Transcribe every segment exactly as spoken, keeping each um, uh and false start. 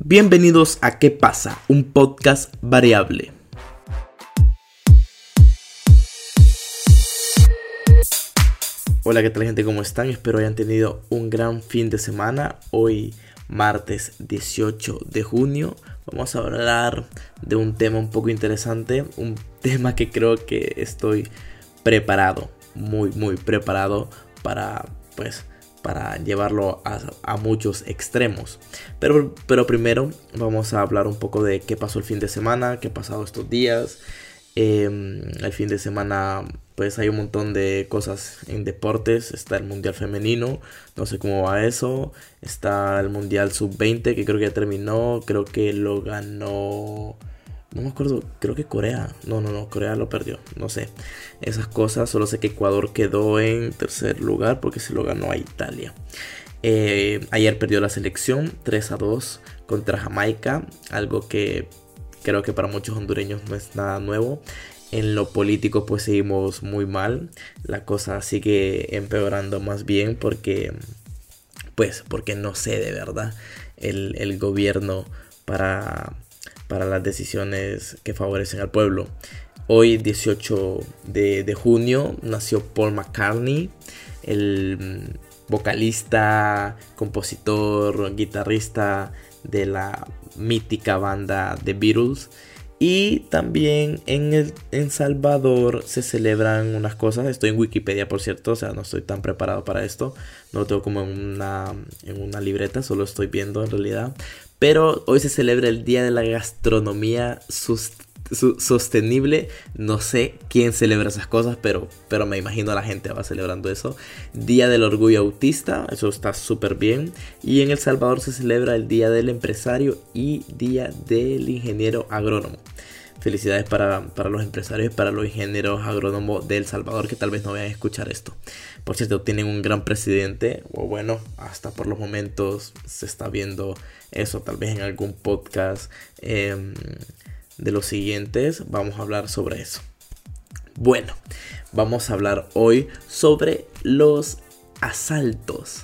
Bienvenidos a ¿Qué pasa? Un podcast variable. Hola, ¿qué tal gente? ¿Cómo están? Espero hayan tenido un gran fin de semana. Hoy, martes dieciocho de junio, vamos a hablar de un tema un poco interesante. Un tema que creo que estoy preparado, muy muy preparado para, pues, para llevarlo a, a muchos extremos. Pero, pero primero vamos a hablar un poco de qué pasó el fin de semana, qué ha pasado estos días. Eh, el fin de semana pues hay un montón de cosas en deportes. Está el mundial femenino, no sé cómo va eso. Está el mundial sub veinte que creo que ya terminó. Creo que lo ganó, no me acuerdo, creo que Corea. No, no, no, Corea lo perdió, no sé esas cosas. Solo sé que Ecuador quedó en tercer lugar porque se lo ganó a Italia. eh, Ayer perdió la selección tres a dos contra Jamaica, algo que creo que para muchos hondureños no es nada nuevo. En lo político pues seguimos muy mal. La cosa sigue empeorando más bien porque pues porque no sé de verdad el, el gobierno para, para las decisiones que favorecen al pueblo. Hoy dieciocho de junio nació Paul McCartney, el vocalista, compositor, guitarrista de la mítica banda The Beatles. Y también en el en Salvador se celebran unas cosas. Estoy en Wikipedia, por cierto, o sea, no estoy tan preparado para esto. No lo tengo como en una, en una libreta, solo estoy viendo en realidad. Pero hoy se celebra el Día de la Gastronomía Sustentable. Sostenible. No sé quién celebra esas cosas, pero, pero me imagino a la gente va celebrando eso. Día del Orgullo Autista, eso está súper bien. Y en El Salvador se celebra el Día del Empresario y Día del Ingeniero Agrónomo. Felicidades para, para los empresarios y para los ingenieros agrónomos de El Salvador que tal vez no vayan a escuchar esto. Por cierto, tienen un gran presidente, o bueno, hasta por los momentos se está viendo eso, tal vez en algún podcast eh, de los siguientes vamos a hablar sobre eso. Bueno, vamos a hablar hoy sobre los asaltos.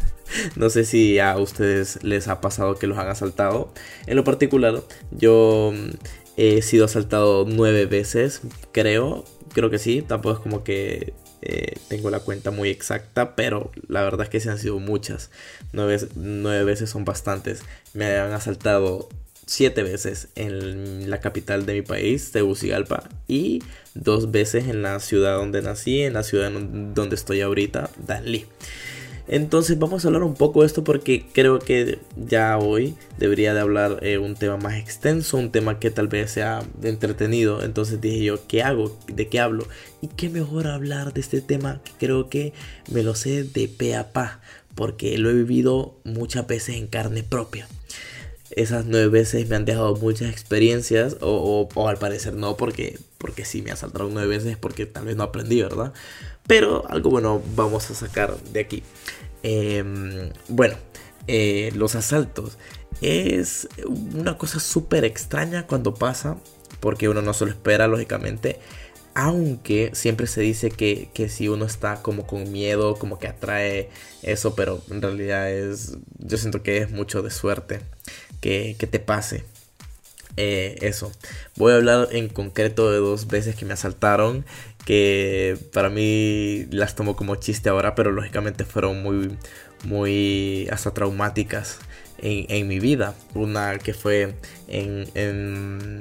No sé si a ustedes les ha pasado que los han asaltado. En lo particular, yo he sido asaltado nueve veces, creo. Creo que sí, tampoco es como que eh, tengo la cuenta muy exacta, pero la verdad es que sí han sido muchas. Nueve, nueve veces son bastantes. Me han asaltado siete veces en la capital de mi país, Tegucigalpa, y dos veces en la ciudad donde nací, en la ciudad donde estoy ahorita, Danlí. Entonces vamos a hablar un poco de esto porque creo que ya hoy debería de hablar eh, un tema más extenso, un tema que tal vez sea entretenido. Entonces dije yo, ¿qué hago? ¿De qué hablo? Y qué mejor hablar de este tema que creo que me lo sé de pe a pa, porque lo he vivido muchas veces en carne propia. Esas nueve veces me han dejado muchas experiencias, o, o, o al parecer no, porque, porque si me asaltaron nueve veces porque tal vez no aprendí, ¿verdad? Pero algo bueno vamos a sacar de aquí. Eh, bueno, eh, los asaltos es una cosa súper extraña cuando pasa, porque uno no se lo espera, lógicamente. Aunque siempre se dice que, que si uno está como con miedo, como que atrae eso, pero en realidad es, yo siento que es mucho de suerte que, que te pase eh, eso. Voy a hablar en concreto de dos veces que me asaltaron, que para mí las tomo como chiste ahora, pero lógicamente fueron muy, muy hasta traumáticas en, en mi vida. Una que fue en... en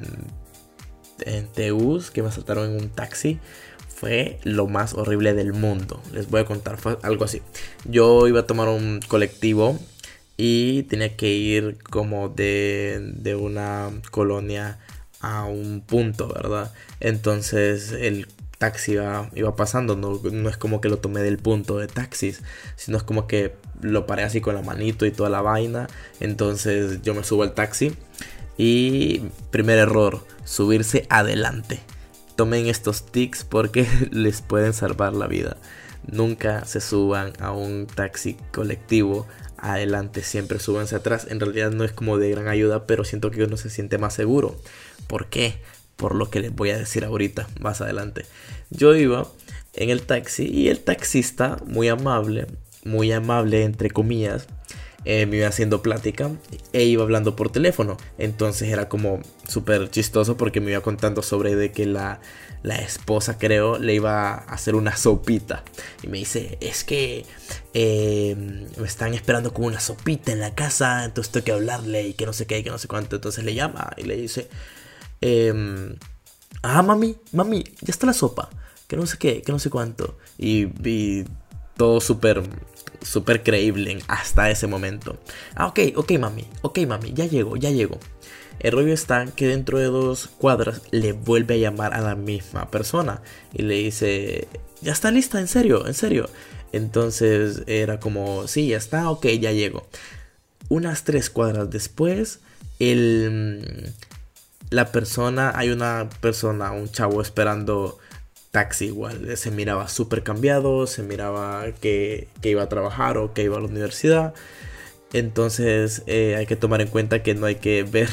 en Teus, que me asaltaron en un taxi. Fue lo más horrible del mundo. Les voy a contar, fue algo así. Yo iba a tomar un colectivo y tenía que ir como de, de una colonia a un punto, ¿verdad? Entonces el taxi iba, iba pasando. No, no es como que lo tomé del punto de taxis, sino es como que lo paré así con la manito y toda la vaina. Entonces yo me subo al taxi. Y primer error, subirse adelante. Tomen estos tics porque les pueden salvar la vida. Nunca se suban a un taxi colectivo adelante, siempre súbanse atrás. En realidad no es como de gran ayuda, pero siento que uno se siente más seguro. ¿Por qué? Por lo que les voy a decir ahorita, más adelante. Yo iba en el taxi y el taxista, muy amable, muy amable entre comillas, eh, me iba haciendo plática e iba hablando por teléfono. Entonces era como súper chistoso porque me iba contando sobre de que la, la esposa, creo, le iba a hacer una sopita. Y me dice, es que eh, me están esperando con una sopita en la casa, entonces tengo que hablarle y que no sé qué, y que no sé cuánto. Entonces le llama y le dice, eh, ah, mami, mami, ya está la sopa, que no sé qué, que no sé cuánto. Y, y todo súper, súper creíble hasta ese momento. Ah, ok, ok, mami, ok, mami, ya llego, ya llego. El rollo está que dentro de dos cuadras le vuelve a llamar a la misma persona y le dice, ya está lista, en serio, en serio. Entonces era como, sí, ya está, ok, ya llego. Unas tres cuadras después, el, la persona, hay una persona, un chavo esperando taxi igual. Se miraba súper cambiado, se miraba que, que iba a trabajar o que iba a la universidad. Entonces eh, hay que tomar en cuenta que no hay que ver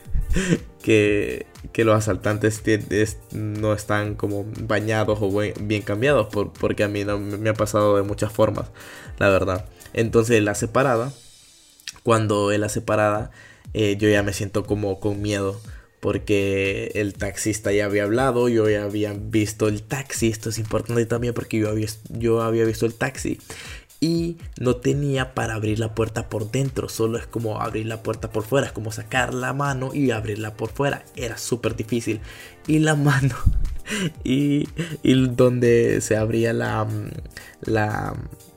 que, que los asaltantes no están como bañados o bien cambiados, por, porque a mí no, me ha pasado de muchas formas, la verdad. Entonces él hace parada. Cuando él hace parada, eh, yo ya me siento como con miedo, porque el taxista ya había hablado, yo ya había visto el taxi. Esto es importante también porque yo había, yo había visto el taxi y no tenía para abrir la puerta por dentro, solo es como abrir la puerta por fuera, es como sacar la mano y abrirla por fuera. Era súper difícil. Y la mano y, y donde se abría la, la,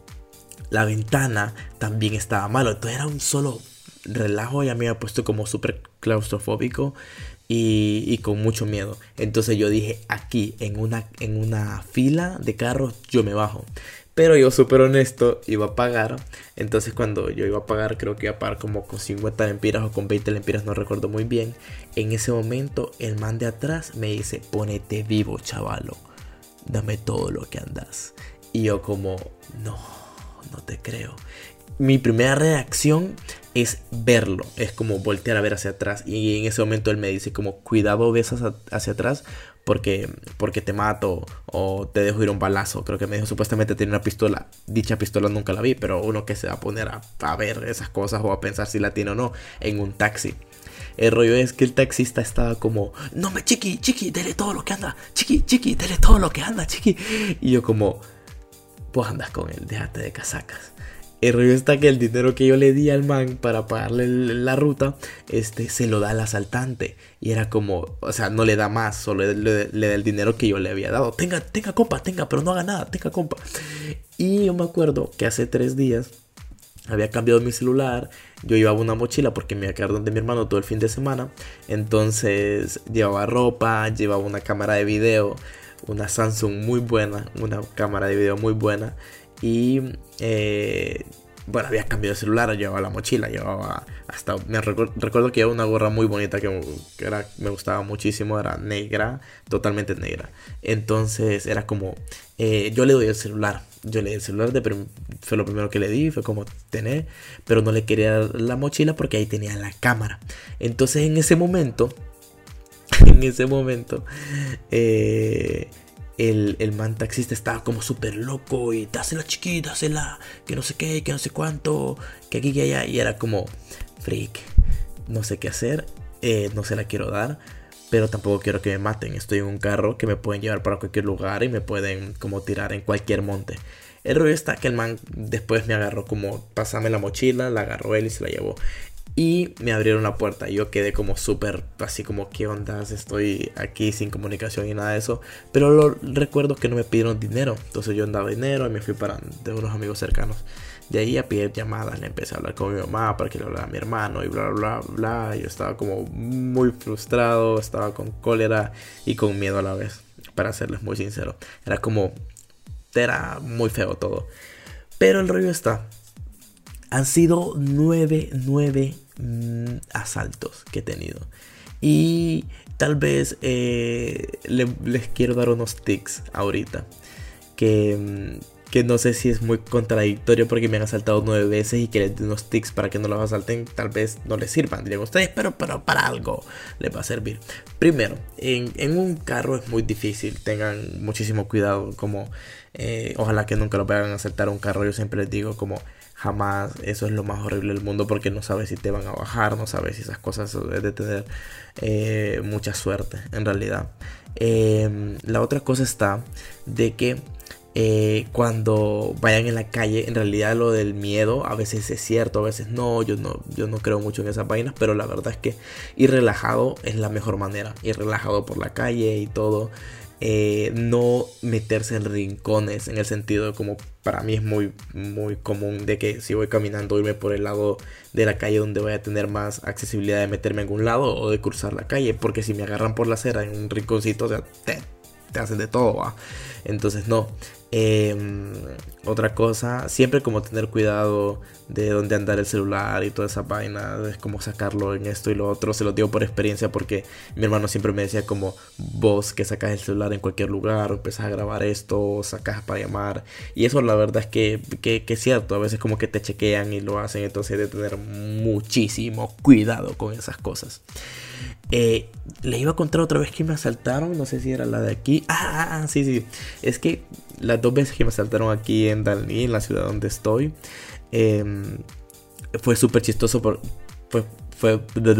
la ventana también estaba malo. Entonces era un solo relajo, ya me había puesto como súper claustrofóbico y, y con mucho miedo. Entonces yo dije, aquí en una, en una fila de carros yo me bajo. Pero yo súper honesto, iba a pagar. Entonces cuando yo iba a pagar, creo que iba a pagar como con cincuenta lempiras o con veinte lempiras, no recuerdo muy bien. En ese momento el man de atrás me dice, ponete vivo, chavalo, dame todo lo que andas. Y yo como, no, no te creo. Mi primera reacción es verlo, es como voltear a ver hacia atrás. Y en ese momento él me dice como, cuidado, ves hacia, hacia atrás porque, porque te mato o te dejo ir un balazo. Creo que me dijo, supuestamente tenía una pistola. Dicha pistola nunca la vi, pero uno que se va a poner a, a ver esas cosas o a pensar si la tiene o no en un taxi. El rollo es que el taxista estaba como, no me chiqui, chiqui, dele todo lo que anda, chiqui, chiqui, dele todo lo que anda, chiqui. Y yo como, pues andas con él, déjate de casacas. El rollo está que el dinero que yo le di al man para pagarle la ruta, este, se lo da al asaltante. Y era como, o sea, no le da más, solo le, le, le da el dinero que yo le había dado. Tenga, tenga compa, tenga, pero no haga nada, tenga compa. Y yo me acuerdo que hace tres días había cambiado mi celular. Yo llevaba una mochila porque me iba a quedar donde mi hermano todo el fin de semana. Entonces llevaba ropa, llevaba una cámara de video, una Samsung muy buena, una cámara de video muy buena. Y eh, bueno, había cambiado de celular, llevaba la mochila, llevaba hasta, me recuerdo, recuerdo que llevaba una gorra muy bonita que, que era, me gustaba muchísimo, era negra, totalmente negra. Entonces era como, eh, yo le doy el celular, yo le di el celular, de prim- fue lo primero que le di, fue como tener, pero no le quería dar la mochila porque ahí tenía la cámara. Entonces en ese momento, en ese momento, eh... El, el man taxista estaba como súper loco y dásela chiquita, dásela, que no sé qué, que no sé cuánto, que aquí, que allá. Y era como, freak, no sé qué hacer, eh, no se la quiero dar, pero tampoco quiero que me maten. Estoy en un carro que me pueden llevar para cualquier lugar y me pueden como tirar en cualquier monte. El rollo está que el man después me agarró como, pásame la mochila, la agarró él y se la llevó. Y me abrieron la puerta y yo quedé como súper así como, ¿qué ondas? Estoy aquí sin comunicación y nada de eso. Pero lo, recuerdo que no me pidieron dinero. Entonces yo andaba dinero y me fui para de unos amigos cercanos. De ahí a pedir llamadas, le empecé a hablar con mi mamá para que le hablara a mi hermano y bla bla bla bla. Yo estaba como muy frustrado, estaba con cólera y con miedo a la vez, para serles muy sincero. Era como, era muy feo todo. Pero el rollo está, han sido nueve, nueve mmm, asaltos que he tenido. Y tal vez eh, le, les quiero dar unos tics ahorita. Que mmm, que no sé si es muy contradictorio porque me han asaltado nueve veces y que les dé unos tics para que no los asalten, tal vez no les sirvan, dirían ustedes, pero, pero para algo les va a servir. Primero, en, en un carro es muy difícil, tengan muchísimo cuidado, como eh, ojalá que nunca lo vayan a asaltar un carro. Yo siempre les digo como jamás, eso es lo más horrible del mundo porque no sabes si te van a bajar, no sabes si esas cosas, es de tener eh, mucha suerte en realidad. Eh, la otra cosa está de que Eh, cuando vayan en la calle, en realidad lo del miedo a veces es cierto, a veces no. Yo no, yo no creo mucho en esas vainas, pero la verdad es que ir relajado es la mejor manera. Ir relajado por la calle y todo. Eh, no meterse en rincones, en el sentido de como para mí es muy, muy común de que si voy caminando irme por el lado de la calle donde voy a tener más accesibilidad de meterme en algún lado o de cruzar la calle, porque si me agarran por la acera en un rinconcito, o sea, te, te hacen de todo, ¿va? Entonces no. Eh, otra cosa, siempre como tener cuidado de dónde andar el celular y toda esa vaina, es como sacarlo en esto y lo otro. Se lo digo por experiencia porque mi hermano siempre me decía como vos que sacas el celular en cualquier lugar, o empezás a grabar esto, o sacas para llamar, y eso la verdad es que, que, que es cierto, a veces como que te chequean y lo hacen, entonces hay de tener muchísimo cuidado con esas cosas. Eh, les iba a contar otra vez que me asaltaron, no sé si era la de aquí. Ah, sí, sí, es que las dos veces que me asaltaron aquí en Dalí, en la ciudad donde estoy, eh, fue súper chistoso por, fue fue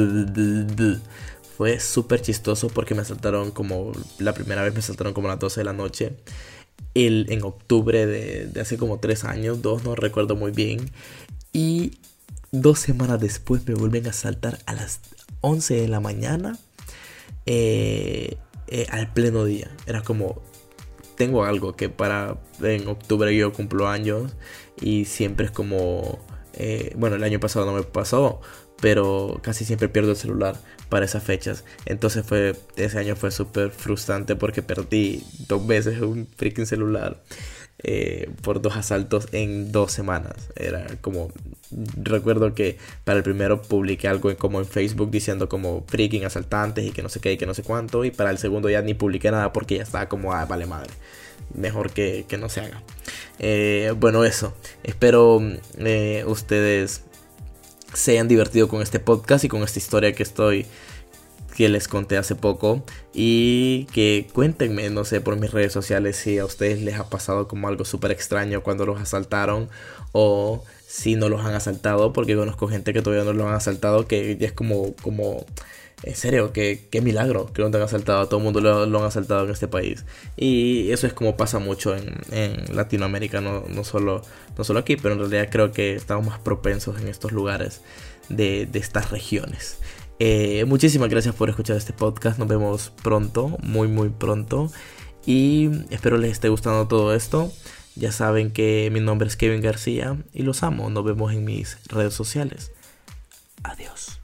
fue súper chistoso porque me asaltaron como la primera vez me asaltaron como a las doce de la noche, el, en octubre de, de hace como tres años, dos, no recuerdo muy bien, y dos semanas después me vuelven a asaltar a las once de la mañana, eh, eh, al pleno día. Era como, tengo algo que para en octubre yo cumplo años y siempre es como, eh, bueno, el año pasado no me pasó, pero casi siempre pierdo el celular para esas fechas. Entonces fue, ese año fue súper frustrante porque perdí dos veces un freaking celular. Eh, por dos asaltos en dos semanas. Era como, recuerdo que para el primero publiqué algo en, como en Facebook diciendo como freaking asaltantes y que no sé qué y que no sé cuánto, y para el segundo ya ni publiqué nada porque ya estaba como, ah, vale madre, mejor que, que no se haga. Eh, bueno, eso, espero eh, ustedes se hayan divertido con este podcast y con esta historia que estoy que les conté hace poco, y que cuéntenme, no sé, por mis redes sociales si a ustedes les ha pasado como algo súper extraño cuando los asaltaron, o si no los han asaltado, porque conozco gente que todavía no los han asaltado, que ya es como, como en serio, que qué milagro que no te han asaltado. Todo el mundo lo, lo han asaltado en este país, y eso es como pasa mucho en, en Latinoamérica, no, no, solo, no solo aquí, pero en realidad creo que estamos más propensos en estos lugares de, de estas regiones. Eh, muchísimas gracias por escuchar este podcast. Nos vemos pronto, muy muy pronto, y espero les esté gustando todo esto. Ya saben que mi nombre es Kevin García y los amo. Nos vemos en mis redes sociales. Adiós.